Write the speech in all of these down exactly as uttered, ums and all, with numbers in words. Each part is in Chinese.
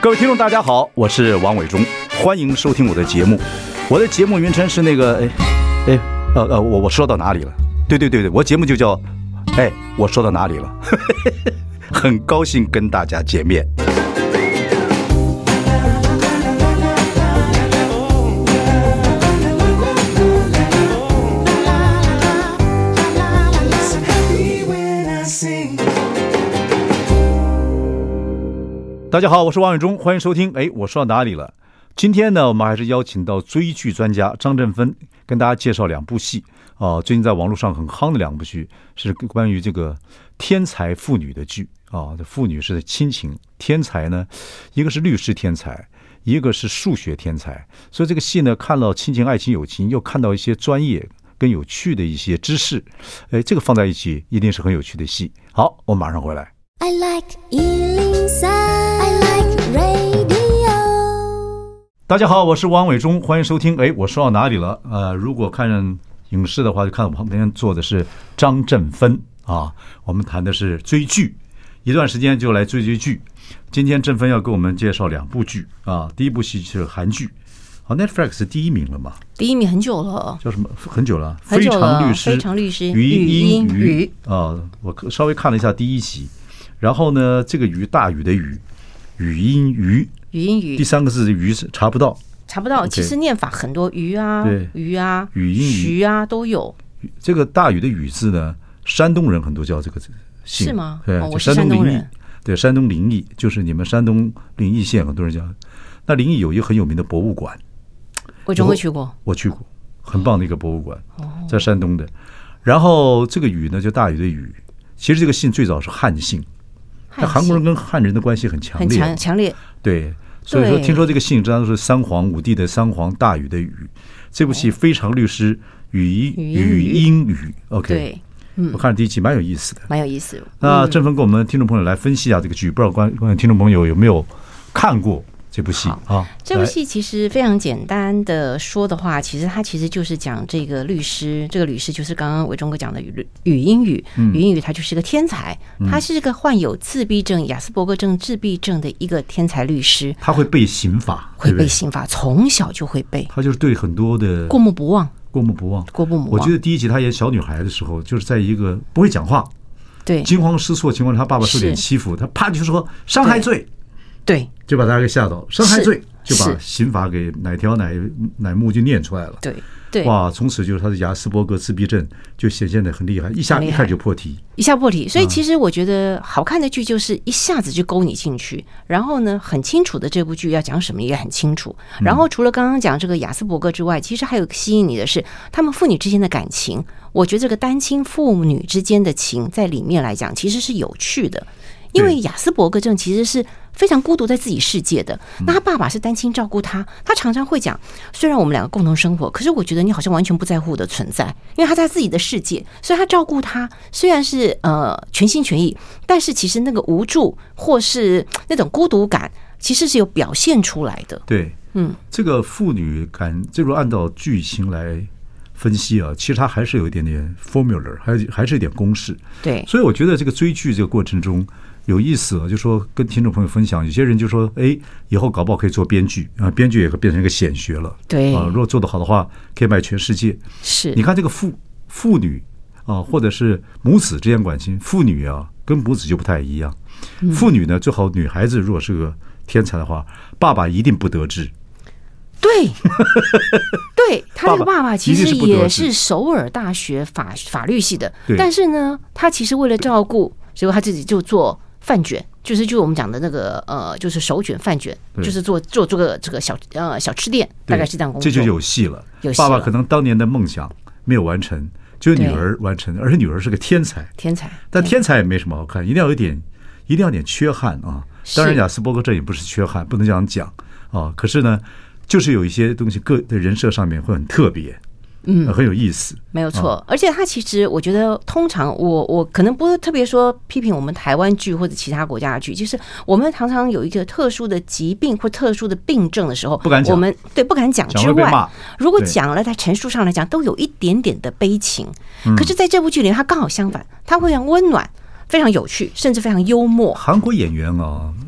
各位听众大家好，我是王伟忠，欢迎收听我的节目。我的节目名称是那个哎哎呃呃我我说到哪里了？对对对对，我节目就叫哎我说到哪里了？很高兴跟大家见面。大家好，我是王伟忠，欢迎收听。哎，我说到哪里了？今天呢，我们还是邀请到追剧专家张振芬，跟大家介绍两部戏啊、呃。最近在网络上很夯的两部剧，是关于这个天才妇女的剧啊。这妇女是亲情，天才呢，一个是律师天才，一个是数学天才。所以这个戏呢，看到亲情、爱情、友情，又看到一些专业跟有趣的一些知识，哎，这个放在一起，一定是很有趣的戏。好，我马上回来。I like 一零三 I like radio。 大家好，我是王伟忠，欢迎收听。哎，我说到哪里了？呃，如果看影视的话，就看到我旁边坐的是张振芬啊。我们谈的是追剧，一段时间就来追追剧。今天振芬要给我们介绍两部剧啊。第一部戏是韩剧，好 ，Netflix 第一名了嘛？ 第一名很久了， 叫什么？很久了， 很久了。 非常律师， 非常律师， 于英语啊。我稍微看了一下第一集。然后呢，这个鱼大鱼的鱼，语音鱼， 语音鱼， 第三个字的鱼是查不到， 查不到。其实念法很多，鱼啊，鱼啊， 语音鱼啊都有。 这个大鱼的鱼字呢，山东人很多叫这个姓， 是吗？ 对， 哦、我是山东人。 对，山东临沂，就是你们山东临沂县很多人叫。那临沂有一个很有名的博物馆， 我就会去过， 我去过，很棒的一个博物馆，在山东的。然后这个鱼呢，就大鱼的鱼，其实这个姓最早是汉姓。那韩国人跟汉人的关系很强烈， 很强烈。 对，所以说听说这个姓，这都是三皇五帝的三皇，大禹的禹。这部戏《非常律师语语音语》，OK， 对，嗯， 我看了第一集，蛮有意思的， 蛮有意思的。 那振芬跟我们听众朋友来分析一下这个剧，不知道观观听众朋友有没有看过这部戏啊？ 这部戏其实非常简单的说的话，其实它其实就是讲这个律师，这个律师就是刚刚伟忠哥讲的语语音语，语音语他就是个天才，他是个患有自闭症、亚斯伯格症自闭症的一个天才律师。 他会背刑法， 会背刑法，从小就会背。 他就是对很多的过目不忘， 过目不忘， 过目不忘。 我记得第一集他演小女孩的时候，就是在一个不会讲话、 对惊慌失措的情况下，他爸爸受点欺负，他啪就说伤害罪。 对， 就把大家给吓到，伤害罪就把刑法给哪条哪哪幕就念出来了。 对对， 哇，从此就是他的亚斯伯格自闭症就显现得很厉害，一下一开始就破题， 一下破题。所以其实我觉得好看的剧就是一下子就勾你进去，然后呢，很清楚的这部剧要讲什么也很清楚。然后除了刚刚讲这个亚斯伯格之外，其实还有吸引你的是他们父女之间的感情。我觉得这个单亲父女之间的情在里面来讲，其实是有趣的。因为亚斯伯格症其实是非常孤独在自己世界的，那他爸爸是单亲照顾他，他常常会讲，虽然我们两个共同生活，可是我觉得你好像完全不在乎我的存在，因为他在自己的世界，所以他照顾他虽然是呃全心全意，但是其实那个无助或是那种孤独感，其实是有表现出来的。 对，嗯，这个父女感，这如果按照剧情来分析啊，其实它还是有一点点 formula， 还还是一点公式。 对， 所以我觉得这个追剧这个过程中有意思啊，就说跟听众朋友分享，有些人就说，哎，以后搞不好可以做编剧啊，编剧也会变成一个显学了。 对啊，如果做得好的话，可以卖全世界。 是， 你看这个父父女啊，或者是母子之间感情，父女啊跟母子就不太一样。父女呢，最好女孩子如果是个天才的话，爸爸一定不得志。 对，对，他这个爸爸其实也是首尔大学法法律系的，但是呢，他其实为了照顾，结果他自己就做饭卷，就是就我们讲的那个呃，就是手卷饭卷，就是做做这个这个小呃小吃店，大概是这样工作。 这就有戏了。 有戏了。 爸爸可能当年的梦想没有完成，就女儿完成，而且女儿是个天才， 天才， 但天才也没什么好看，一定要有点，一定要有点缺憾啊。当然，亚斯伯格症也不是缺憾，不能这样讲啊。可是呢，就是有一些东西个的人设上面会很特别。嗯，很有意思， 没有错。而且他其实，我觉得通常我我可能不是特别说批评我们台湾剧或者其他国家的剧，就是我们常常有一个特殊的疾病或特殊的病症的时候， 不敢讲， 我们对不敢讲之外，如果讲了，在陈述上来讲，都有一点点的悲情。可是在这部剧里面，它刚好相反，它会让温暖，非常有趣，甚至非常幽默。 韩国演员啊，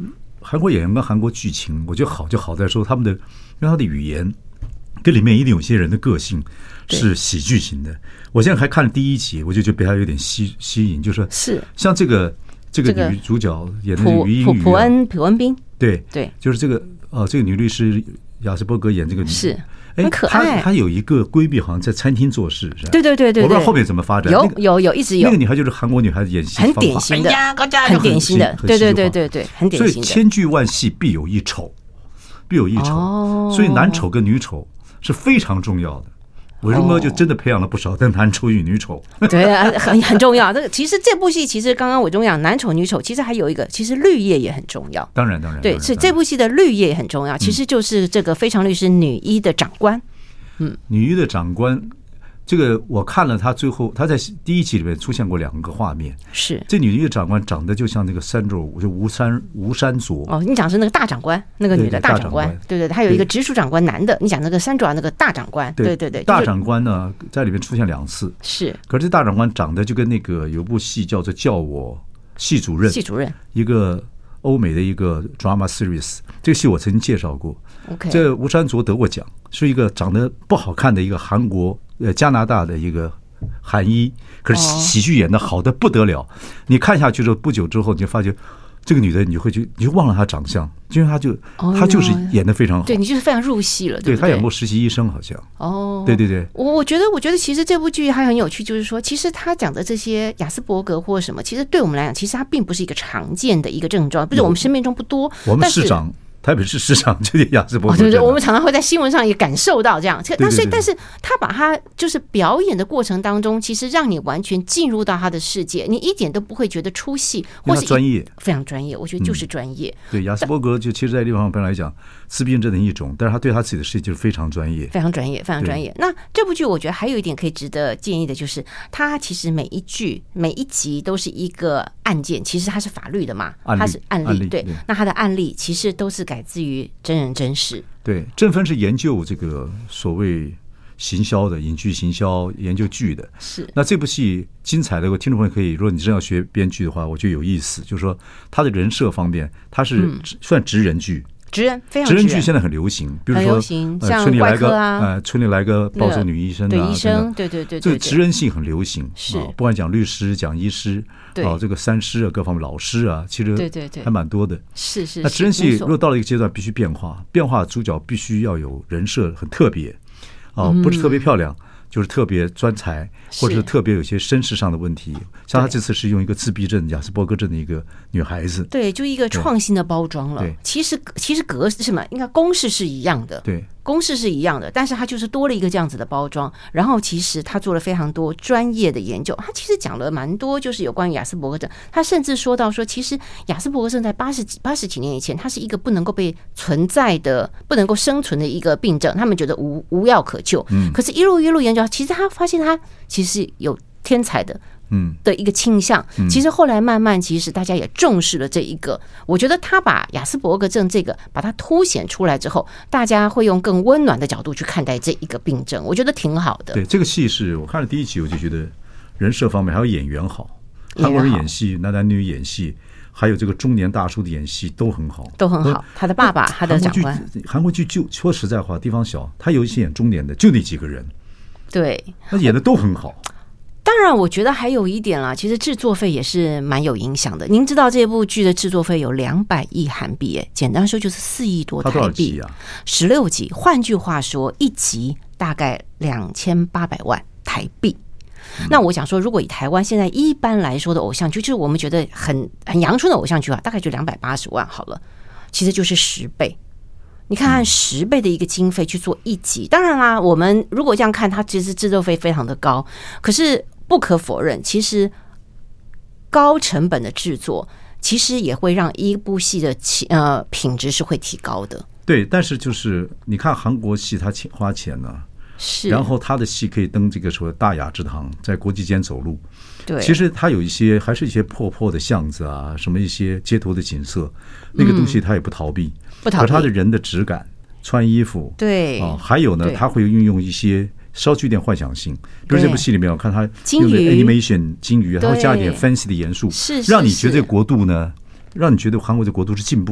韩国演员跟韩国剧情，我觉得好就好在说他们的，因为他的语言跟里面一定有些人的个性是喜剧型的。我现在还看了第一集，我就觉得被他有点吸吸引，就是是像这个这个女主角演的朴于英语、啊、 朴恩朴恩斌， 对对， 就是这个呃这个女律师雅斯伯格演这个女是。很可爱， 她有一个闺蜜，好像在餐厅做事，是吧？ 对对对对， 我不知道后面怎么发展。 有有有，一直有。 那个女孩就是韩国女孩子演戏很典型的，很典型的，对对对对对，很典型的。 所以千剧万戏必有一丑，必有一丑。哦，所以男丑跟女丑是非常重要的。伟忠哥就真的培养了不少的男丑与女丑， 对啊，很很重要。这个其实这部戏，其实刚刚伟忠讲男丑女丑，其实还有一个，其实绿叶也很重要。 当然当然， 对，是这部戏的绿叶也很重要。其实就是这个非常律师女一的长官。 嗯，女一的长官，这个我看了她最后，她在第一集里面出现过两个画面。 是这女一的长官长得就像那个三卓，就吴山吴山卓。 哦，你讲是那个大长官，那个女的大长官，对对对，还有一个直属长官男的。你讲那个三卓那个大长官，对对对， 大长官呢在里面出现两次。 是， 可是这大长官长得就跟那个有部戏叫做《叫我系主任》， 系主任一个欧美的一个 drama series， 这个戏我曾经介绍过。 Okay. 这吴山卓得过奖，是一个长得不好看的一个韩国呃加拿大的一个韩裔，可是喜剧演的好的不得了。Oh. 你看下去之后，不久之后你就发觉这个女的，你会去你就忘了她长相，因为她就她、oh, 就是演的非常好， 对你就是非常入戏了， 对， 对， 她演过实习医生好像。 哦、oh. ， 对对对， 我我觉得我觉得其实这部剧还很有趣，就是说其实他讲的这些亚斯伯格或什么，其实对我们来讲，其实它并不是一个常见的一个症状，不是我们生命中不多。 我们市长。台北市市长就亚斯伯格、 哦，对对，我们常常会在新闻上也感受到这样。但是，但是他把他就是表演的过程当中，其实让你完全进入到他的世界，你一点都不会觉得出戏，或是专业， 非常专业。我觉得就是专业。 嗯、对，亚斯伯格就其实在地方上来讲，自闭症的一种，但是他对他自己的世界就是非常专业， 非常专业，非常专业。那这部剧我觉得还有一点可以值得建议的，就是他其实每一句、每一集都是一个案件，其实它是法律的嘛，它是案例， 案例对。那他的案例其实都是改自于真人真事。 对，正芬是研究这个所谓行销的，影剧行销，研究剧的。 是。那这部戏精彩的，听众朋友可以，如果你真要学编剧的话，我觉得有意思，就是说他的人设方面，他是算职人剧。嗯， 职人非常职人剧现在很流行，比如说像村里来个啊， 呃，村里来个暴走女医生啊， 对医生，对对对， 这个职人性很流行， 是不管讲律师、讲医师，啊，这个三师啊，各方面老师啊，其实对对对还蛮多的。 是是， 那职人戏如果到了一个阶段，必须变化，变化主角必须要有人设很特别，啊，不是特别漂亮。就是特别专才，或者是特别有些身世上的问题。像他这次是用一个自闭症、亚斯伯格症的一个女孩子， 对，就一个创新的包装了。其实其实格是什么？应该公式是一样的， 对， 公式是一样的，但是他就是多了一个这样子的包装。然后其实他做了非常多专业的研究，他其实讲了蛮多，就是有关于亚斯伯格症。他甚至说到说，其实亚斯伯格症在八十几八十几年以前，它是一个不能够被存在的、不能够生存的一个病症，他们觉得无无药可救。嗯，可是一路一路研究。其实他发现他其实有天才的，嗯的一个倾向。其实后来慢慢，其实大家也重视了这一个。我觉得他把亚斯伯格症这个把它凸显出来之后，大家会用更温暖的角度去看待这一个病症，我觉得挺好的。 对，这个戏是我看了第一集，我就觉得人设方面还有演员好，韩国人演戏，男男女演戏。还有这个中年大叔的演戏都很好， 都很好。他的爸爸，他的长官， 韩国剧就说实在话，地方小，他有一些演中年的，就那几个人， 对， 他演的都很好。 当然，我觉得还有一点啦，其实制作费也是蛮有影响的。您知道这部剧的制作费有两百亿韩币，哎，简单说就是四亿多台币。 它多少集啊？ 十六集。换句话说，一集大概两千八百万台币。那我想说，如果以台湾现在一般来说的偶像剧，就是我们觉得很很阳春的偶像剧啊，大概就两百八十万好了，其实就是十倍。你看看十倍的一个经费去做一集，当然啦，我们如果这样看，它其实制作费非常的高，可是不可否认，其实高成本的制作其实也会让一部戏的呃品质是会提高的。 对，但是就是你看韩国戏，它花钱呢、啊。是，然后他的戏可以登这个所谓大雅之堂，在国际间走路。 对， 其实他有一些还是一些破破的巷子啊，什么一些街头的景色，那个东西他也不逃避， 不逃避。 可他的人的质感、穿衣服， 对啊，还有呢，他会运用一些稍具一点幻想性，比如这部戏里面，我看他用的 animation 金鱼，他会加一点 fancy 的元素， 是， 让你觉得这个国度呢，让你觉得韩国的国度是进步的。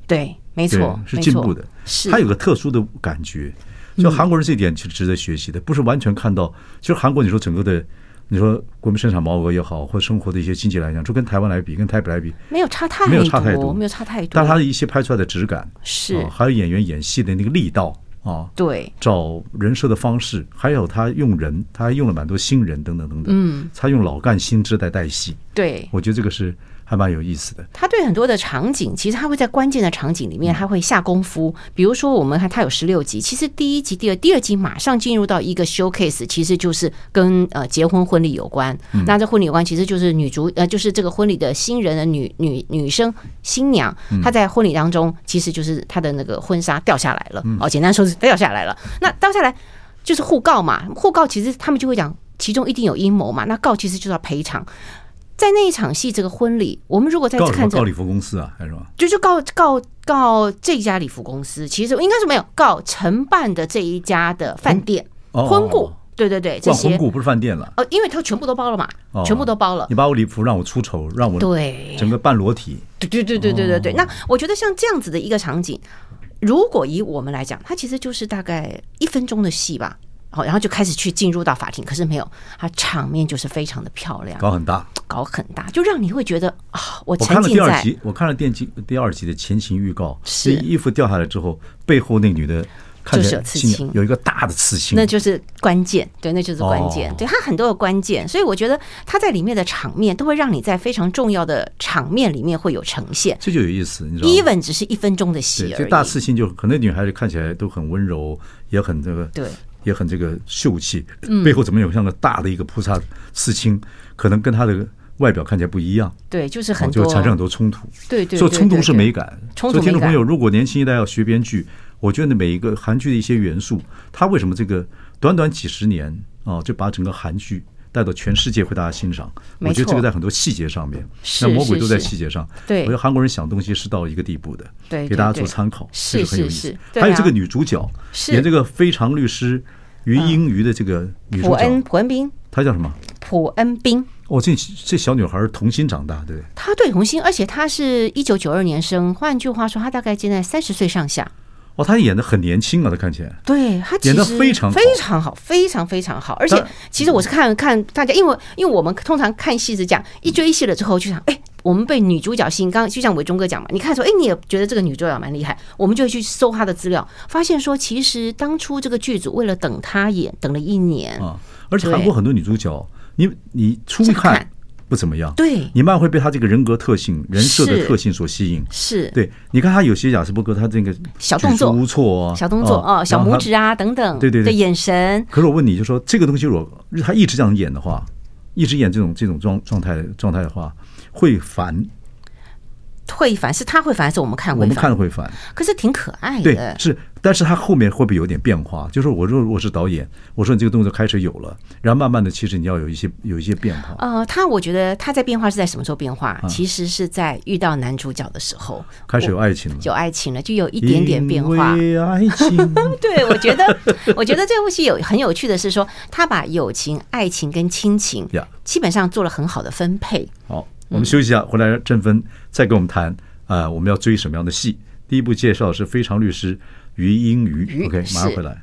对，没错， 是进步的。 是它有个特殊的感觉，就韩国人这一点其实值得学习的，不是完全看到。其实韩国你说整个的，你说国民生产毛额也好，或生活的一些经济来讲，就跟台湾来比，跟台北来比， 没有差太多， 没有差太多， 没有差太多。 但它的一些拍出来的质感是、 啊，还有演员演戏的那个力道啊， 对， 找人设的方式，还有他用人，他还用了蛮多新人等等等等，嗯，他用老干新枝在带戏， 对， 我觉得这个是还蛮有意思的。 他对很多的场景，其实他会在关键的场景里面，他会下功夫。比如说，我们看他有十六集，其实第一集、第二、第二集马上进入到一个 showcase， 其实就是跟呃结婚婚礼有关。嗯、那这婚礼有关，其实就是女主呃，就是这个婚礼的新人的女女女生新娘，她在婚礼当中，其实就是她的那个婚纱掉下来了。嗯、哦，简单说是掉下来了。那掉下来就是互告嘛，互告其实他们就会讲，其中一定有阴谋嘛。那告其实就是要赔偿。在那一场戏，这个婚礼，我们如果在看告礼服公司啊，还是什么？ 就就告告告这家礼服公司，其实应该是没有告承办的这一家的饭店、嗯哦、婚顾，对对对，这些婚顾不是饭店了， 哦，因为他全部都包了嘛，哦、全部都包了。 你把我礼服让我出丑，让我对整个半裸体， 对对对对对对对。哦、那我觉得像这样子的一个场景，如果以我们来讲，它其实就是大概一分钟的戏吧。好，然后就开始去进入到法庭，可是没有，它场面就是非常的漂亮， 搞很大， 搞很大，就让你会觉得啊，我沉浸在。我看了第二集，我看了电集第二集的前情预告， 是衣服掉下来之后，背后那女的看就是有刺青， 有一个大的刺青， 那就是关键，对，那就是关键，哦、对，它很多的关键，所以我觉得它在里面的场面都会让你在非常重要的场面里面会有呈现， 这就有意思，你知道吗 ？even 只是一分钟的戏而已， 这大刺青就可能女孩子看起来都很温柔，也很这个对。 也很这个秀气，背后怎么有像个大的一个菩萨刺青，可能跟他的外表看起来不一样。 对，就是很多， 就产生很多冲突。 对对， 所以冲突是美感。 冲突美感。 所以听众朋友，如果年轻一代要学编剧，我觉得每一个韩剧的一些元素，它为什么这个短短几十年啊，就把整个韩剧带到全世界会大家欣赏？我觉得这个在很多细节上面，那魔鬼都在细节上。 对， 我觉得韩国人想东西是到一个地步的， 对， 给大家做参考， 是很有意思。 是， 还有这个女主角演这个非常律师。于英瑜的这个女主角， 朴恩朴恩斌， 她叫什么？ 朴恩斌。 哦，这这小女孩童星长大，对不对？ 她对童星，而且她是一九九二年生，换句话说，她大概现在三十岁上下。 哦，她演的很年轻啊，她看起来。 对，她演的非常非常好，非常非常好。而且，其实我是看看大家，因为因为我们通常看戏是这样，一追戏了之后就想，哎。我们被女主角吸引，刚刚就像伟忠哥讲嘛，你看说，哎，你也觉得这个女主角蛮厉害，我们就会去搜她的资料，发现说，其实当初这个剧组为了等她演，等了一年啊，而且韩国很多女主角，你你初看不怎么样， 对， 你慢慢会被她这个人格特性、人设的特性所吸引， 是对。你看她有些亚斯伯格，她这个小动作、 无措啊， 小动作哦，小拇指啊等等， 对对对， 眼神。 可是我问你，就说这个东西，如果她一直这样演的话，一直演这种这种状状态状态的话，会烦。 会烦是他会烦，还是我们看会烦？ 我们看会烦， 可是挺可爱的。 对，是，但是他后面会不会有点变化？就是我说我是导演，我说你这个动作开始有了，然后慢慢的，其实你要有一些有一些变化。 呃，他我觉得他在变化是在什么时候变化？嗯、其实是在遇到男主角的时候， 开始有爱情了， 有爱情了，就有一点点变化。 因为爱情， 对，我觉得，我觉得这部戏有很有趣的是说，他把友情、爱情跟亲情基本上做了很好的分配。 好。我们休息一下，回来振芬再跟我们谈啊、呃，我们要追什么样的戏？第一部介绍是《非常律师于英瑜》。OK， 马上回来。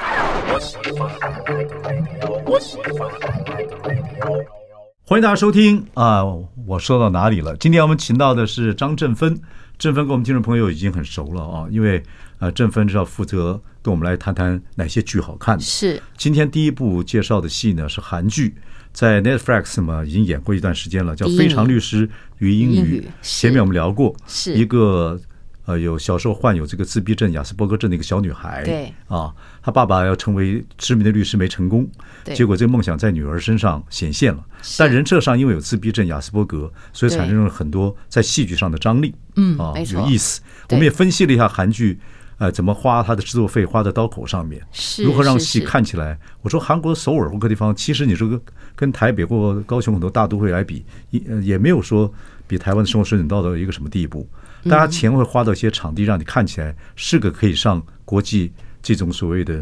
欢迎大家收听啊！我说到哪里了？今天我们请到的是张振芬，振芬跟我们听众朋友已经很熟了啊，因为呃，振芬是要负责跟我们来谈谈哪些剧好看的。 是， 今天第一部介绍的戏呢是韩剧。在 Netflix 嘛，已经演过一段时间了，叫《非常律师于英瑜》。前面我们聊过， 是一个呃有小时候患有这个自闭症、亚斯伯格症的一个小女孩。 对啊，她爸爸要成为知名的律师没成功，结果这个梦想在女儿身上显现了。但人设上因为有自闭症、亚斯伯格，所以产生了很多在戏剧上的张力。 嗯啊，有意思。我们也分析了一下韩剧。呃，怎么花他的制作费花在刀口上面？如何让戏看起来？我说韩国首尔或各地方，其实你说跟台北或高雄很多大都会来比，也也没有说比台湾的生活水准到到一个什么地步。大家钱会花到一些场地，让你看起来是个可以上国际这种所谓的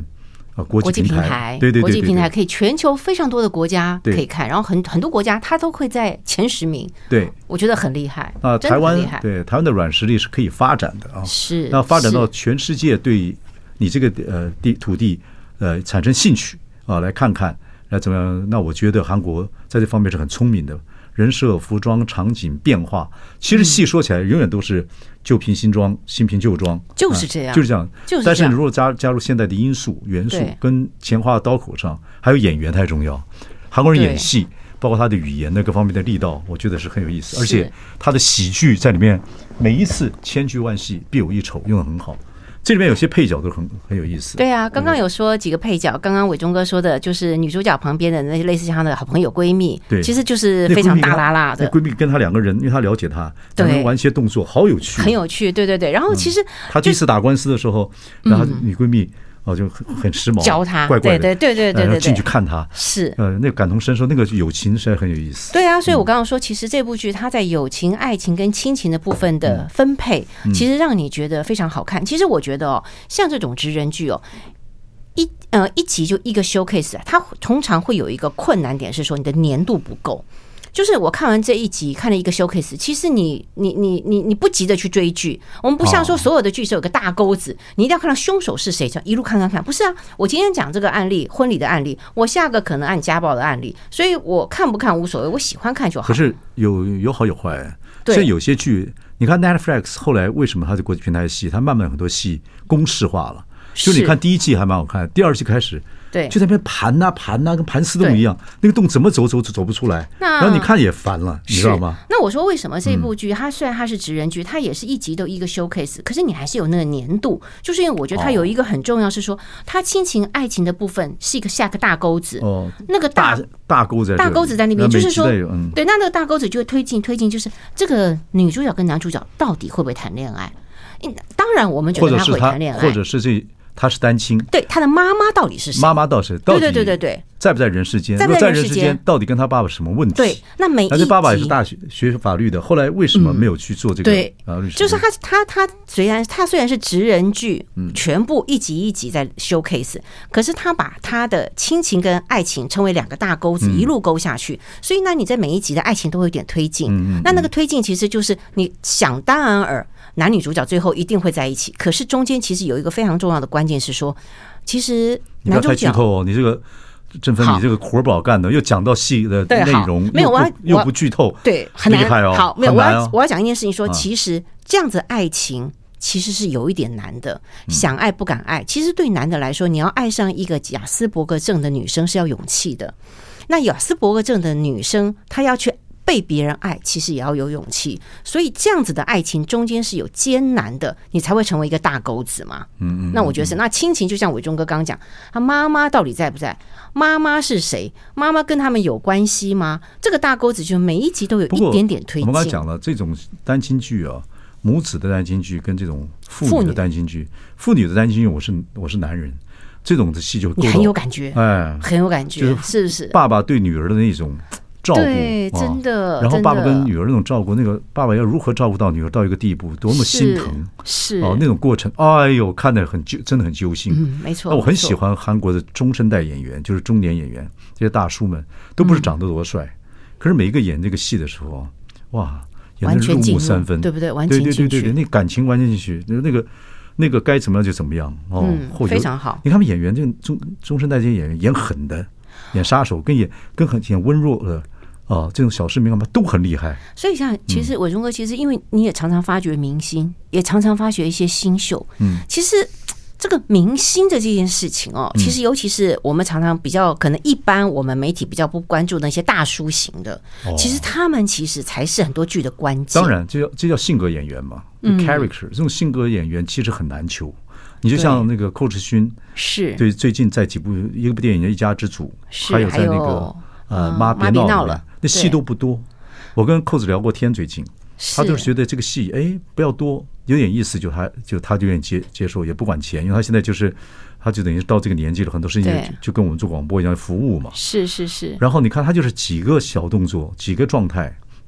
啊，国际平台，对对对， 国际平台可以全球非常多的国家可以看，然后很很多国家它都会在前十名， 对， 我觉得很厉害啊。台湾对台湾的软实力是可以发展的啊， 是那发展到全世界对你这个呃地土地呃产生兴趣啊，来看看来怎么样？那我觉得韩国在这方面是很聪明的。人设、服装、场景变化，其实戏说起来永远都是旧瓶新装，新瓶旧装， 就是这样， 就是这样。 就是这样。 但是你如果加加入现代的因素元素，跟钱花刀口上，还有演员太重要。韩国人演戏，包括他的语言的各方面的力道，我觉得是很有意思。而且他的喜剧在里面，每一次千句万戏必有一丑，用得很好。这里面有些配角都很很有意思。 对啊，刚刚有说几个配角，刚刚伟忠哥说的就是女主角旁边的那些类似像她的好朋友闺蜜， 对， 其实就是非常大拉拉的。 闺蜜跟她两个人，因为她了解她，两个人玩一些动作，好有趣， 很有趣。对对对，然后其实她第一次打官司的时候，然后女闺蜜。哦，就很很时髦， 教他， 怪怪的， 对对对对对对， 进去看他， 是呃，那个感同身受，那个友情实在很有意思。 对啊，所以我刚刚说，其实这部剧它在友情、爱情跟亲情的部分的分配，其实让你觉得非常好看。其实我觉得哦，像这种职人剧哦。一呃一集就一个 showcase 啊，它通常会有一个困难点是说你的粘度不够。就是我看完这一集，看了一个 showcase， 其实你你你你你不急着去追剧，我们不像说所有的剧是有个大钩子，你一定要看到凶手是谁，这样一路看看看，不是啊？我今天讲这个案例，婚礼的案例，我下个可能按家暴的案例，所以我看不看无所谓，我喜欢看就好。 可是有有好有坏，所以有些剧，你看 Netflix 后来为什么它是国际平台戏，它慢慢很多戏公式化了。就你看第一季还蛮好看，第二季开始， 对， 就在那边盘呐盘呐，跟盘丝洞一样，那个洞怎么走走走不出来，然后你看也烦了，你知道吗？ 那我说为什么这部剧它虽然它是职人剧，它也是一集都一个 showcase， 可是你还是有那个粘度，就是因为我觉得它有一个很重要是说，它亲情爱情的部分是一个下个大钩子， 哦， 那个大大钩子大钩子在那边，就是说， 嗯、 对，那那个大钩子就会推进推进，就是这个女主角跟男主角到底会不会谈恋爱？当然，我们觉得他会谈恋爱， 或者是这。他是单亲， 对他的妈妈到底是谁？ 妈妈到底到底对对对对对， 在不在人世间？ 在不在人世间？ 到底跟他爸爸什么问题？ 对，那每一集， 爸爸也是大学学法律的，后来为什么没有去做这个？ 对，就是他他他虽然他虽然是职人剧，全部一集一集在 showcase， 可是他把他的亲情跟爱情称为两个大钩子，一路勾下去。所以呢，你在每一集的爱情都会有点推进。那那个推进其实就是你想当然尔。男女主角最后一定会在一起，可是中间其实有一个非常重要的关键是说，其实男主角你不要太剧透哦，你这个振芬，你这个活不好干的，又讲到戏的内容， 没有我又不剧透， 对，很难哦。 好，没有我要我要讲一件事情，说其实这样子爱情其实是有一点难的，想爱不敢爱。其实对男的来说，你要爱上一个亚斯伯格症的女生是要勇气的。那亚斯伯格症的女生，她要去被别人爱，其实也要有勇气，所以这样子的爱情中间是有艰难的，你才会成为一个大钩子嘛。嗯嗯。那我觉得是，那亲情就像伟忠哥刚刚讲，他妈妈到底在不在？妈妈是谁？妈妈跟他们有关系吗？这个大钩子就每一集都有一点点推进。 我们刚才讲了，这种单亲剧啊，母子的单亲剧跟这种父女的单亲剧，妇女的单亲剧，我是我是男人，这种的戏就你很有感觉， 哎， 很有感觉，是不是？ 爸爸对女儿的那种。照顾对，真的。 然后爸爸跟女儿那种照顾，那个爸爸要如何照顾到女儿到一个地步，多么心疼， 是哦，那种过程，哎呦，看得很揪，真的很揪心。 嗯，没错。 那我很喜欢韩国的中生代演员，就是中年演员，这些大叔们都不是长得多帅，嗯、可是每一个演这个戏的时候，哇，演得入木三分， 对不对？完全进去， 对对对对，那感情完全进去，那个那个该怎么样就怎么样哦， 嗯、非常好。 你看他们演员，这个中中生代这些演员演狠的。演杀手跟演跟很演温弱的啊，这种小市民干嘛都很厉害。 所以像其实伟忠哥，其实因为你也常常发掘明星，也常常发掘一些新秀。嗯，其实这个明星的这件事情哦，其实尤其是我们常常比较可能一般我们媒体比较不关注的那些大叔型的，哦、其实他们其实才是很多剧的关键。 当然，这叫这叫性格演员嘛、嗯、，character 这种性格演员其实很难求。你就像那个寇志勋， 是对最近在几部一个部电影《一家之主》，还有在那个呃妈别闹了，那戏都不多。我跟寇子聊过天，最近他就是觉得这个戏哎不要多，有点意思就他就他就愿意接接受，也不管钱，因为他现在就是他就等于到这个年纪了，很多事情就跟我们做广播一样服务嘛。 是是是。 然后你看他就是几个小动作，几个状态。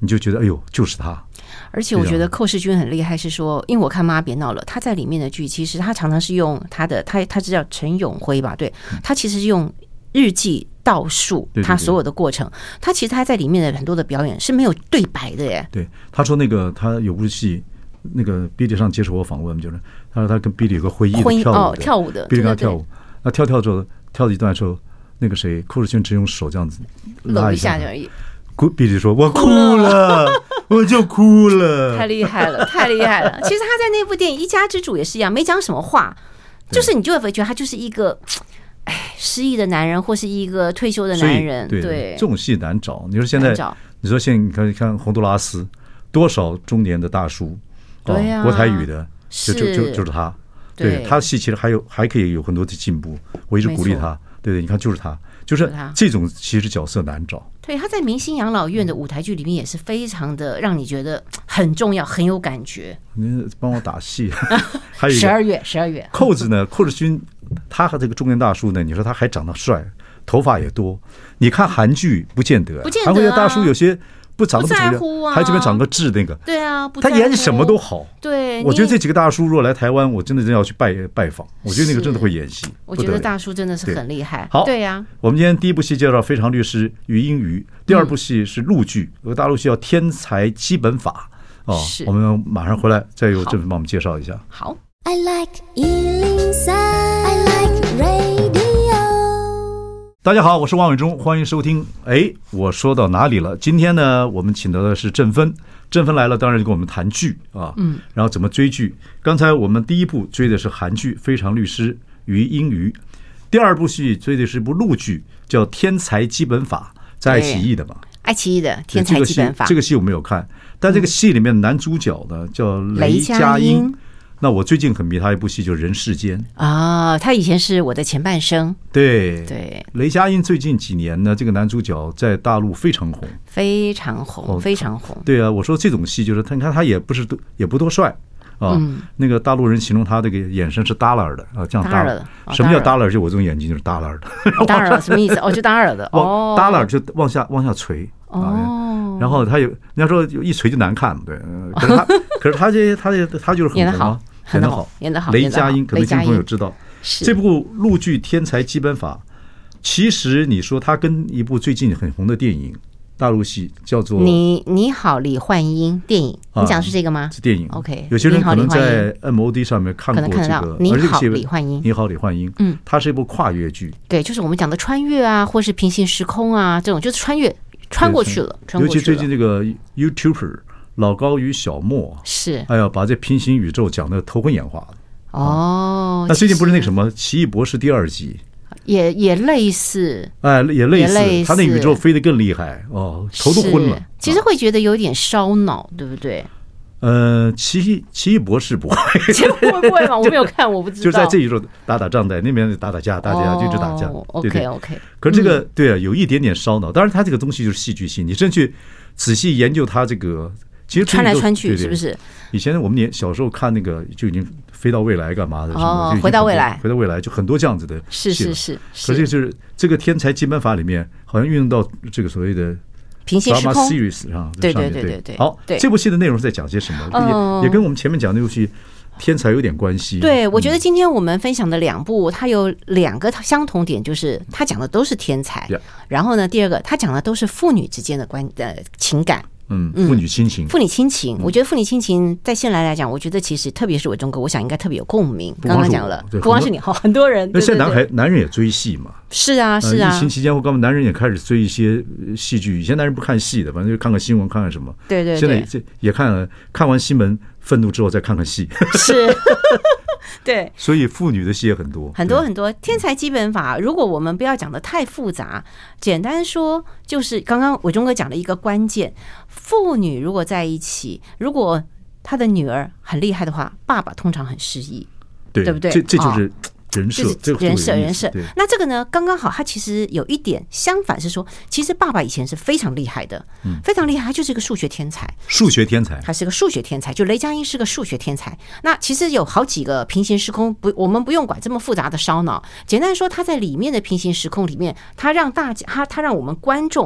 你就觉得哎呦就是他。 而且我觉得寇世军很厉害，是说，因为我看《妈别闹了》，他在里面的剧，其实他常常是用他的，他他是叫陈永辉吧？对，他其实是用日记倒数他所有的过程。他其实他在里面的很多的表演是没有对白的耶。 对，他说那个他有部戏，那个 Billy 上接受我访问，就是他说他跟 Billy 有个会议的跳舞的， 哦、跳舞的 ，Billy 跟他跳舞，那跳跳之后跳了一段之后，那个谁寇世军只用手这样子搂一下而已。 比利说：“我哭了，我就哭了。” 太厉害了，太厉害了！其实他在那部电影《一家之主》也是一样，没讲什么话，就是你就会觉得他就是一个哎失忆的男人，或是一个退休的男人。 对， 对这种戏难找。你说现在，你说现在你看看洪都拉斯，多少中年的大叔， 对呀、 哦，国台语的，就就就就是他。 对， 对他的戏其实还有还可以有很多的进步，我一直鼓励他。对对，你看就是他，就是这种其实角色难找。 对，他在明星养老院的舞台剧里面也是非常的让你觉得很重要，很有感觉。 你帮我打戏，还有十二月，十二月， 寇子呢？寇志勋，他和这个中年大叔呢？你说他还长得帅，头发也多。你看韩剧不见得， 不见得、啊， 韩国的大叔有些不长得不在乎啊， 还这边长个痣那个。 对啊， 他演什么都好。 对， 我觉得这几个大叔如果来台湾，我真的真要去拜拜访。我觉得那个真的会演戏。 我觉得大叔真的是很厉害。 好， 对呀、啊。 我们今天第一部戏介绍《非常律师禹英禑》，第二部戏是陆剧，有个大陆戏叫《天才基本法》哦。我们马上回来再由郑芬帮我们介绍一下。 好。 I like 一零三 I like radio。 大家好，我是王伟忠，欢迎收听。哎，我说到哪里了？今天呢，我们请到的是郑芬，郑芬来了，当然就跟我们谈剧啊，嗯，然后怎么追剧。刚才我们第一部追的是韩剧《非常律师禹英禑》，第二部戏追的是一部陆剧，叫《天才基本法》，在爱奇艺的嘛， 爱奇艺的《天才基本法》 这个戏我没有看，但这个戏里面的男主角呢叫雷佳音。那我最近很迷他一部戏，就是《人世间》 啊，他以前是我的前半生。 对对， 雷佳音最近几年呢，这个男主角在大陆非常红， 非常红，非常红。 对啊，我说这种戏就是他，你看他也不是多，也不多帅啊。嗯、那个大陆人形容他这个眼神是耷拉的啊，这样耷拉。什么叫耷拉？就我这种眼睛就是耷拉的。 耷拉什么意思？哦，就耷拉的。哦， 耷拉就往下往下垂。哦，然后他有人家说一垂就难看，对。可是他，可是他这他这他就是很红啊。演得好， 演得好。 雷佳音可能听众朋友知道，这部陆剧《天才基本法》，其实你说它跟一部最近很红的电影，大陆戏叫做《 你你好，李焕英》电影，你讲的是这个吗？ 是电影。 OK， 有些人可能在 M O D 上面看过这个《 你好，李焕英》。 你好，李焕英。嗯，它是一部跨越剧。 对，就是我们讲的穿越啊，或是平行时空啊，这种就是穿越穿过去了。 尤其最近这个 YouTuber。老高与小莫是， 哎呀，把这平行宇宙讲得头昏眼花的哦。 那最近不是那个什么《奇异博士》第二集， 也也类似， 哎，也类似，他那宇宙飞得更厉害哦，头都昏了。 其实会觉得有点烧脑，对不对？ 呃，奇异奇异博士不会， 会不会嘛？我没有看，我不知道。 就是在这宇宙打打仗，在那边打打架，打架就一直打架。 OK OK。 可是这个对啊，有一点点烧脑。当然，他这个东西就是戏剧性，你真去仔细研究他这个。其实穿来穿去是不是？ 以前我们年小时候看那个就已经飞到未来干嘛的？ 哦，回到未来， 回到未来就很多这样子的。 是是是。 可是就是这个天才基本法里面，好像运用到这个所谓的平行时空 series 上。 对对对对对。 好，这部戏的内容是在讲些什么？也也跟我们前面讲的那部戏天才有点关系。 对，我觉得今天我们分享的两部，它有两个相同点，就是它讲的都是天才。然后呢，第二个，它讲的都是父女之间的关呃情感。 嗯，父女亲情， 父女亲情，我觉得父女亲情在现在来讲，我觉得其实特别是伟忠哥，我想应该特别有共鸣。刚刚讲了，不光是你，好很多人。 那现在男孩男人也追戏嘛？ 是啊，是啊。 疫情期间，我告诉男人也开始追一些戏剧。以前男人不看戏的，反正就看看新闻，看看什么。 对对。 现在这也看了，看完新闻愤怒之后再看看戏。 是。对， 所以妇女的戏也很多， 很多很多。天才基本法，如果我们不要讲的太复杂，简单说，就是刚刚伟忠哥讲的一个关键：父女如果在一起，如果他的女儿很厉害的话，爸爸通常很失意， 对， 对不对？ 这这就是。人设， 人设，人设。那这个呢，刚刚好，他其实有一点相反，是说，其实爸爸以前是非常厉害的，嗯，非常厉害，他就是一个数学天才， 数学天才， 他是个数学天才，就雷佳音是个数学天才。那其实有好几个平行时空，不，我们不用管这么复杂的烧脑，简单说，他在里面的平行时空里面，他让大家，他他让我们观众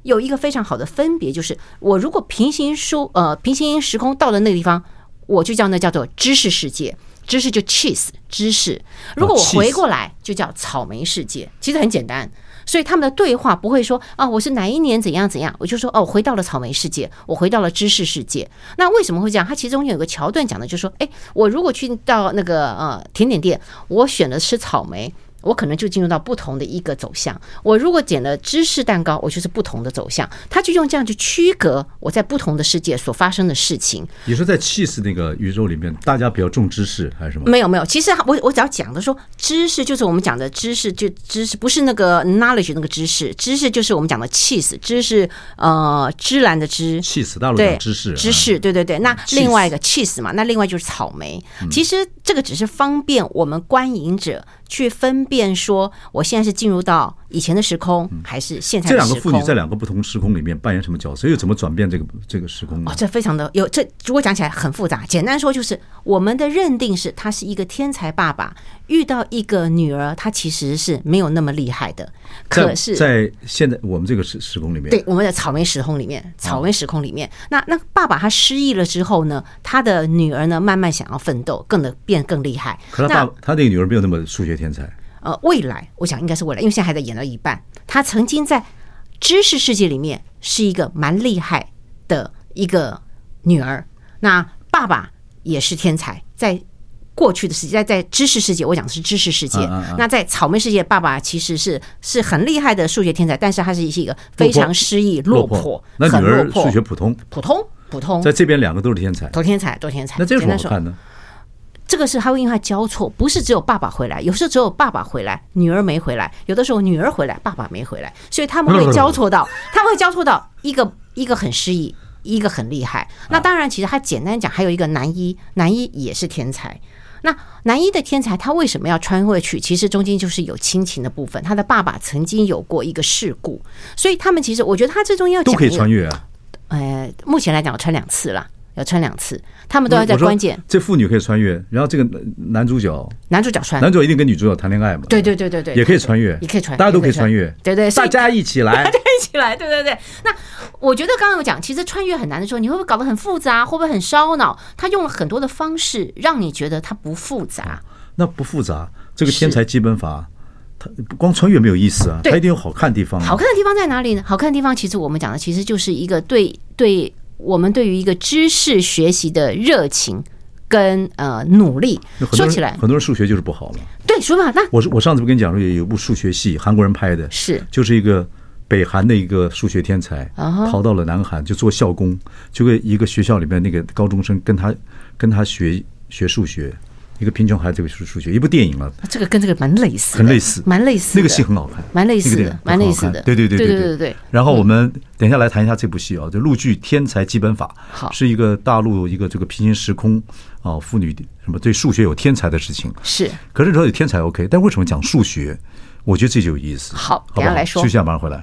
有一个非常好的分别，就是我如果平行数呃平行时空到了那个地方，我就叫那叫做知识世界。知识就 cheese 知识，如果我回过来就叫草莓世界，其实很简单。所以他们的对话不会说啊，我是哪一年怎样怎样，我就说哦，我回到了草莓世界，我回到了知识世界。那为什么会这样？它其中有个桥段讲的就是说，哎，我如果去到那个呃甜点店，我选了吃草莓，我可能就进入到不同的一个走向。我如果点了芝士蛋糕，我就是不同的走向。他就用这样去区隔我在不同的世界所发生的事情。 也是在气势那个宇宙里面，大家比较重知识还是什么？ 没有没有，其实我我只要讲的说，知识就是我们讲的知识，就知识不是那个 knowledge 那个知识，知识就是我们讲的 cheese， 知识呃芝兰的芝 cheese， 大陆讲知识， 知识对对对。那另外一个 cheese 嘛，那另外就是草莓。其实这个只是方便我们观影者去分辨说，我现在是进入到以前的时空，还是现在的时空。这两个妇女在两个不同时空里面扮演什么角色，又怎么转变这个这个时空呢？ 哦，这非常的有，这如果讲起来很复杂。简单说就是，我们的认定是他是一个天才爸爸，遇到一个女儿，他其实是没有那么厉害的。可是， 在现在我们这个时时空里面， 对我们的草莓时空里面，草莓时空里面，那那爸爸他失忆了之后呢，他的女儿呢慢慢想要奋斗，更的变更厉害。 可是他爸他那个女儿没有那么数学天才。 呃，未来我想应该是未来，因为现在还在演到一半。他曾经在知识世界里面是一个蛮厉害的一个女儿，那爸爸也是天才，在过去的世界，在在知识世界，我讲的是知识世界。啊啊啊那在草莓世界，爸爸其实是是很厉害的数学天才，但是他是一个非常失意、落魄，落魄那女儿数学普通， 普通，普通。 在这边两个都是天才， 都天才，都天才。 那这有什么好看呢？ 这个是他会因为他交错，不是只有爸爸回来，有时候只有爸爸回来，女儿没回来；有的时候女儿回来，爸爸没回来，所以他们会交错到，他们会交错到一个一个很失意，一个很厉害。那当然，其实他简单讲，还有一个男一，男一也是天才。那男一的天才，他为什么要穿越去？其实中间就是有亲情的部分，他的爸爸曾经有过一个事故，所以他们其实我觉得他最重要讲都可以穿越啊。 呃，目前来讲，我穿两次了。要穿两次，他们都要在关键。 这妇女可以穿越，然后这个男主角， 男主角穿， 男主角一定跟女主角谈恋爱嘛？ 对对对对对， 也可以穿越， 也可以穿， 大家都可以穿越， 对对， 大家一起来， 大家一起来，对对对。那我觉得刚刚有讲，其实穿越很难的时候，你会不会搞得很复杂？会不会很烧脑？他用了很多的方式，让你觉得它不复杂。 那不复杂，这个天才基本法。它光穿越没有意思啊，它一定有好看的地方、啊。 好看的地方在哪里呢？好看的地方，其实我们讲的其实就是一个对对。我们对于一个知识学习的热情跟呃努力，说起来很多人数学就是不好嘛。 对，说吧，那我我上次不跟你讲说有一部数学戏，韩国人拍的， 是就是一个北韩的一个数学天才，逃到了南韩就做校工，就跟一个学校里面那个高中生跟他跟他学学数学。一个贫穷孩子学数学，一部电影了。 这个跟这个蛮类似， 很类似， 蛮类似。 那个戏很好看， 蛮类似的，蛮类似的。 对对对对对对对。 然后我们等一下来谈一下这部戏啊，就陆剧《天才基本法》，是一个大陆一个这个平行时空啊，妇女什么对数学有天才的事情。 是。 可是说有天才 OK， 但为什么讲数学？我觉得这就有意思。 好，等一下来说。 休息一下，马上回来。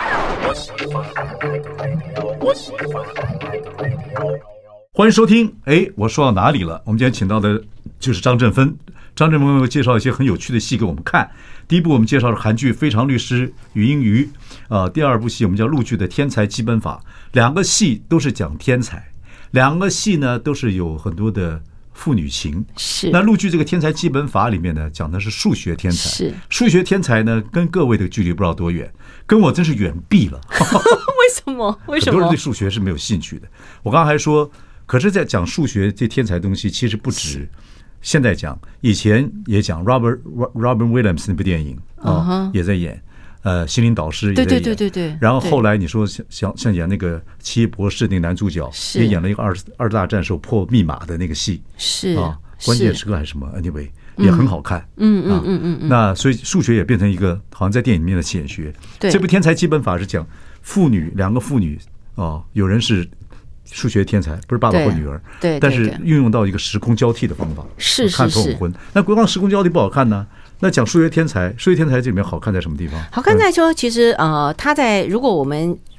欢迎收听，哎，我说到哪里了？我们今天请到的就是张振芬，张振芬会介绍一些很有趣的戏给我们看。第一部我们介绍的韩剧《非常律师禹英禑》，呃，第二部戏我们叫陆剧的《天才基本法》，两个戏都是讲天才，两个戏呢都是有很多的父女情。 是。那陆剧这个《天才基本法》里面呢，讲的是数学天才。 是。 数学天才呢，跟各位的距离不知道多远，跟我真是远避了。 为什么？为什么？ 很多人对数学是没有兴趣的。我刚刚还说。可是，在讲数学这天才东西，其实不止现在讲，以前也讲。Robert Robin Williams 那部电影啊，也在演，呃，心灵导师也在演。 对对对对对。 然后后来你说像像像演那个奇异博士那个男主角，也演了一个二二大战时候破密码的那个戏， 是啊，关键时刻还是什么 ？Anyway， 也很好看。 嗯嗯嗯嗯嗯。 那所以数学也变成一个好像在电影里面的显学。 对。 这部《天才基本法》是讲父女两个父女啊，有人是。数学天才不是爸爸或女儿， 对， 但是运用到一个时空交替的方法， 是看头很昏。那光时空交替不好看呢？那讲数学天才，数学天才这里面好看在什么地方？ 好看在说，其实呃，他在如果我们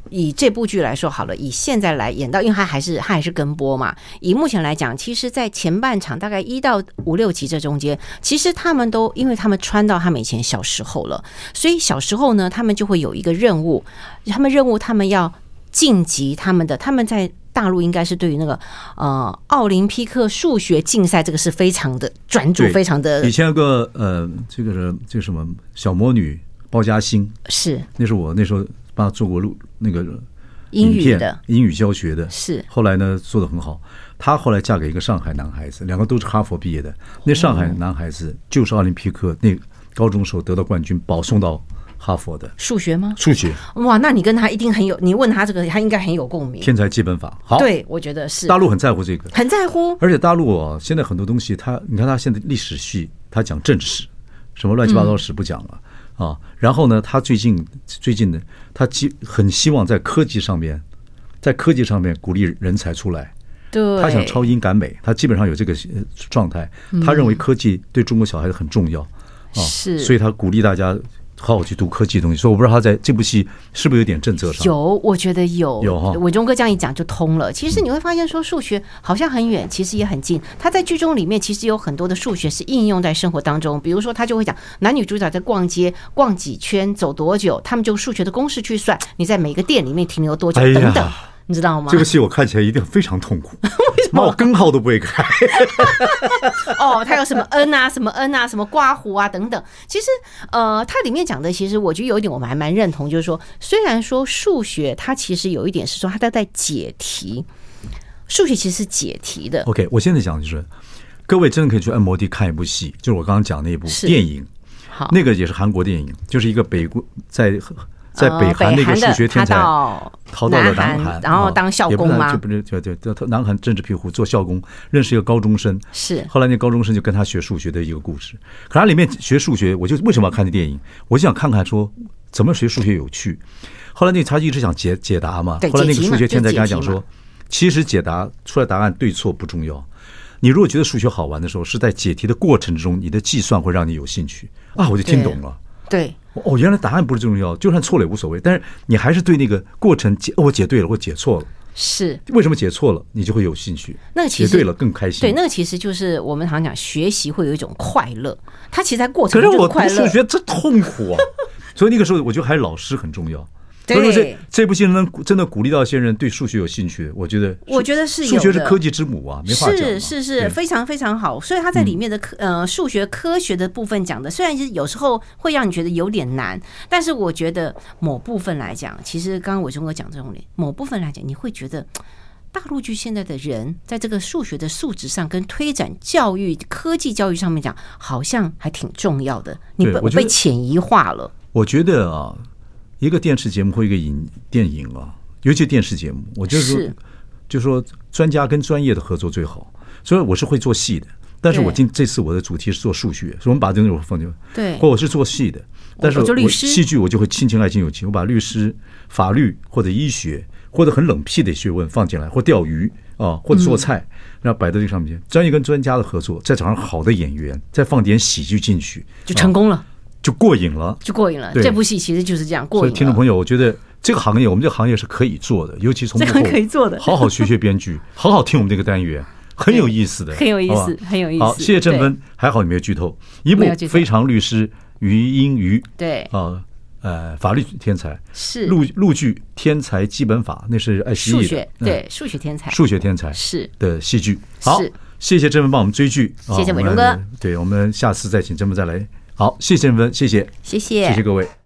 以这部剧来说好了，以现在来演到，因为它还是它还是跟播嘛。以目前来讲，其实，在前半场大概一到五六集这中间，其实他们都因为他们穿到他们以前小时候了，所以小时候呢，他们就会有一个任务，他们任务他们要晋级他们的，他们在大陆应该是对于那个呃奥林匹克数学竞赛，这个是非常的专注，非常的。 以前有个呃，这个是这个什么小魔女包嘉欣， 是那是我那时候帮他做过录那个英语的英语教学的， 是后来呢做得很好。她后来嫁给一个上海男孩子，两个都是哈佛毕业的。那上海男孩子就是奥林匹克那高中时候得到冠军，保送到哈佛的。 数学吗？ 数学。 哇，那你跟他一定很有，你问他这个，他应该很有共鸣。 天才基本法，好， 对，我觉得是。 大陆很在乎这个， 很在乎。 而且大陆啊，现在很多东西他，你看他现在历史系，他讲正史，什么乱七八糟史不讲了。嗯啊，然后呢，他最近最近呢，他很希望在科技上面，在科技上面鼓励人才出来。 对， 他想超英赶美，他基本上有这个状态。他认为科技对中国小孩子很重要啊， 是， 所以他鼓励大家好好去读科技的东西。所以我不知道他在这部戏是不是有点政策上有，我觉得有有哈。 伟忠哥这样一讲就通了。其实你会发现说数学好像很远，其实也很近。他在剧中里面其实有很多的数学是应用在生活当中，比如说他就会讲男女主角在逛街逛几圈走多久，他们就数学的公式去算你在每个店里面停留多久、哎、等等。你知道吗？ 这个戏我看起来一定非常痛苦，为什么？我根号都不会开。 哦，它有什么 n 啊，什么 n 啊，什么刮胡啊等等。其实，呃，它里面讲的，其实我觉得有一点我们还蛮认同，就是说，虽然说数学它其实有一点是说它都在解题，数学其实是解题的。 OK， 我现在讲就是，各位真的可以去 M O D 看一部戏，就是我刚刚讲那部电影， 好， 那个也是韩国电影，就是一个北国在。在北韩那个数学天才逃到了南韩， 然后当校工吗？ 就不是就就南韩政治庇护做校工，认识一个高中生。 是后来那高中生就跟他学数学的一个故事。可他里面学数学，我就为什么要看这电影？我就想看看说怎么学数学有趣。后来那他一直想解解答嘛。后来那个数学天才跟他讲说，其实解答出来答案对错不重要。你如果觉得数学好玩的时候，是在解题的过程中，你的计算会让你有兴趣啊！我就听懂了。 对。 哦，原来答案不是最重要，就算错了也无所谓。但是你还是对那个过程解，哦，我解对了，我解错了， 是为什么解错了，你就会有兴趣。 那个其实解对了更开心。 对，那个其实就是我们常常讲学习会有一种快乐，它其实在过程中就是快乐。 可是我读数学真痛苦啊，所以那个时候我觉得还是老师很重要。所以说这这部戏能真的鼓励到一些人对数学有兴趣，我觉得我觉得是有的。数学是科技之母啊，没话讲。 是是是，非常非常好。所以他在里面的科、嗯、呃数学科学的部分讲的，虽然是有时候会让你觉得有点难，但是我觉得某部分来讲，其实刚刚伟忠哥讲这种某部分来讲，你会觉得大陆剧现在的人在这个数学的素质上跟推展教育、科技教育上面讲，好像还挺重要的。你被被潜移化了。 我觉得啊。一个电视节目或一个影电影啊，尤其电视节目，我就是说，就是说专家跟专业的合作最好。所以我是会做戏的，但是我今这次我的主题是做数学，所以我们把这种放进。 对， 或我是做戏的，但是我戏剧我就会亲情爱情友情，我把律师、法律或者医学或者很冷僻的学问放进来，或钓鱼啊，或者做菜，然后摆在这上面。专业跟专家的合作，再找上好的演员，再放点喜剧进去， 就成功了。 就过瘾了， 就过瘾了。这部戏其实就是这样过瘾了。 所以听众朋友，我觉得这个行业，我们这个行业是可以做的，尤其从幕后可以做的， 好好学学编剧，好好听我们这个单元，很有意思的， 很有意思，很有意思。 好，谢谢正芬，还好你没有剧透。一部《非常律师于英瑜》， 对啊，呃，法律天才是陆陆剧《天才基本法》，那是爱奇艺的， 对，数学天才， 数学天才是的戏剧。好，谢谢正芬帮我们追剧， 谢谢伟忠哥。 对，我们下次再请正芬再来。好，谢谢正芬，谢谢， 谢谢， 谢谢各位。